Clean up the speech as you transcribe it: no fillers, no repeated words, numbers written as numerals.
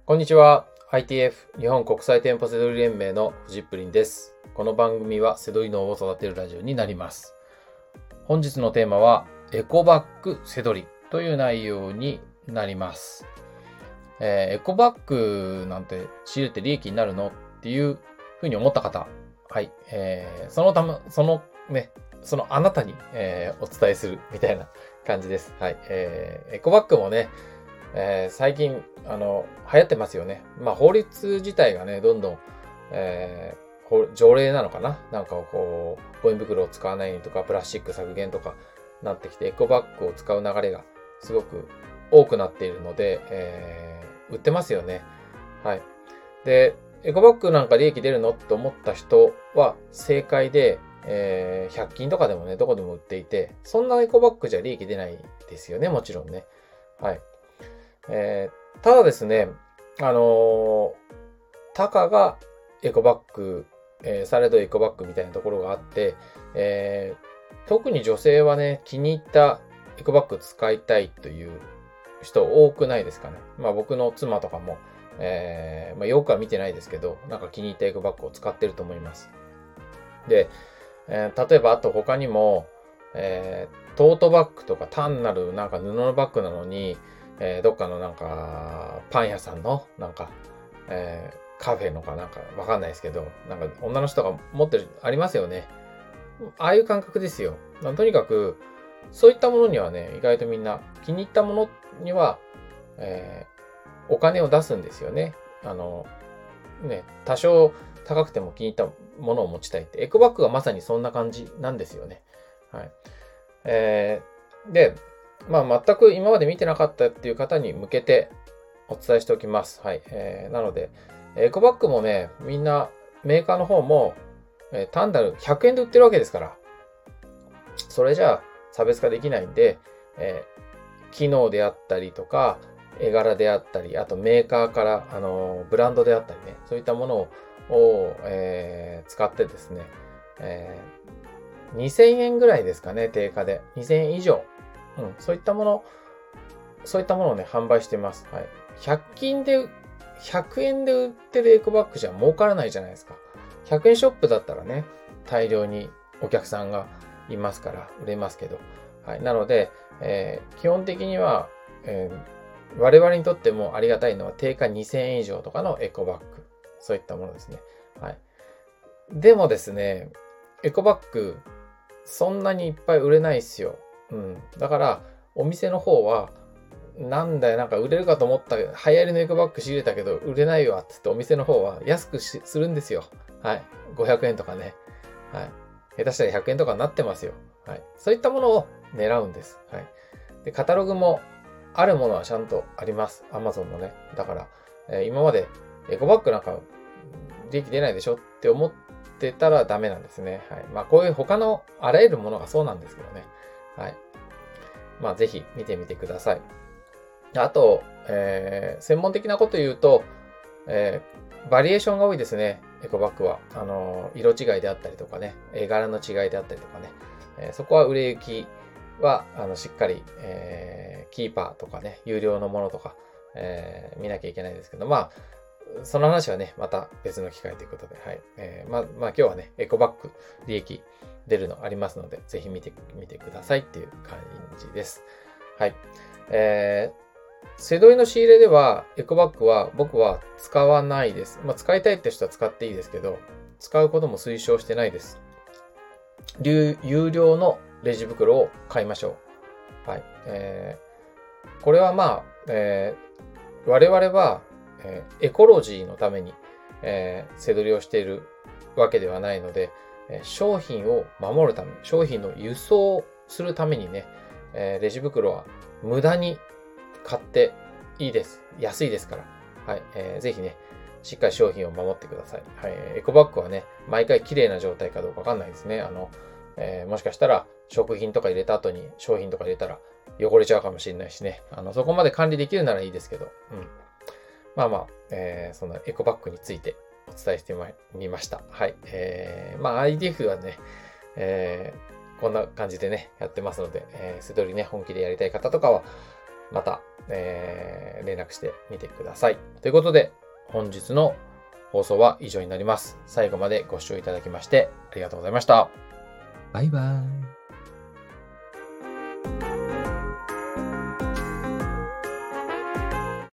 こんにちは。ITF 日本国際店舗セドリ連盟のフジップリンです。この番組はセドリ脳を育てるラジオになります。本日のテーマはエコバッグセドリという内容になります。エコバッグなんて仕入れて利益になるのっていうふうに思った方、はい、そのあなたに、お伝えするみたいな感じです。はい、エコバッグもね、最近流行ってますよね。法律自体がねどんどん、条例なのかな、なんかこうゴミ袋を使わないとかプラスチック削減とかなってきてエコバッグを使う流れがすごく多くなっているので、売ってますよね。はい。で、エコバッグなんか利益出るのって思った人は正解で、100均とかでもねどこでも売っていて、そんなエコバッグじゃ利益出ないですよね、もちろんね。はい。ただですね、たかがエコバッグ、されどエコバッグみたいなところがあって、特に女性はね、気に入ったエコバッグ使いたいという人多くないですかね。僕の妻とかも、よくは見てないですけど、なんか気に入ったエコバッグを使ってると思います。で、例えばあと他にも、トートバッグとか単なるなんか布のバッグなのに、どっかのなんかパン屋さんのなんか、カフェのかなんかわかんないですけど、なんか女の人が持ってるありますよね。ああいう感覚ですよ。とにかくそういったものにはね、意外とみんな気に入ったものには、お金を出すんですよね。多少高くても気に入ったものを持ちたいって。エコバッグがまさにそんな感じなんですよね。はい。で、全く今まで見てなかったっていう方に向けてお伝えしておきます。はい。なので、エコバッグもね、みんなメーカーの方も、単なる100円で売ってるわけですから、それじゃあ差別化できないんで、機能であったりとか、絵柄であったり、あとメーカーから、ブランドであったりね、そういったものを、使ってですね、2000円ぐらいですかね、定価で。2000円以上。そういったものをね、販売してます。はい。100円で売ってるエコバッグじゃ儲からないじゃないですか。100円ショップだったらね、大量にお客さんがいますから売れますけど。はい。なので、基本的には、我々にとってもありがたいのは定価2000円以上とかのエコバッグ。そういったものですね。はい。でもですね、エコバッグ、そんなにいっぱい売れないっすよ。だから、お店の方は、なんだよ、なんか売れるかと思った流行りのエコバッグ仕入れたけど売れないわっつってお店の方は安くするんですよ。はい。500円とかね。はい。下手したら100円とかになってますよ。はい。そういったものを狙うんです。はい。で、カタログもあるものはちゃんとあります。Amazon のね。だから、今までエコバッグなんか利益出ないでしょって思ってたらダメなんですね。はい。こういう他のあらゆるものがそうなんですけどね。はい。ぜひ見てみてください。あと、専門的なこと言うと、バリエーションが多いですね。エコバッグは。色違いであったりとかね、絵柄の違いであったりとかね。そこは売れ行きは、しっかり、キーパーとかね、有料のものとか、見なきゃいけないですけど、その話はね、また別の機会ということで、はい。今日はね、エコバッグ利益出るのありますので、ぜひ見てみてくださいっていう感じです。はい。セドリの仕入れでは、エコバッグは僕は使わないです。使いたいって人は使っていいですけど、使うことも推奨してないです。有料のレジ袋を買いましょう。はい。これは我々は、エコロジーのために、セドリをしているわけではないので、商品を守るため、商品の輸送するためにね、レジ袋は無駄に買っていいです。安いですから。はい。ぜひね、しっかり商品を守ってください。はい。エコバッグはね、毎回綺麗な状態かどうかわかんないですね。もしかしたら食品とか入れた後に商品とか入れたら汚れちゃうかもしれないしね。そこまで管理できるならいいですけど。そのエコバッグについてお伝えしてみました。はい。IDF はね、こんな感じでね、やってますので、セドリね、本気でやりたい方とかは、 また、連絡してみてください。ということで、本日の放送は以上になります。最後までご視聴いただきましてありがとうございました。 バイバイ。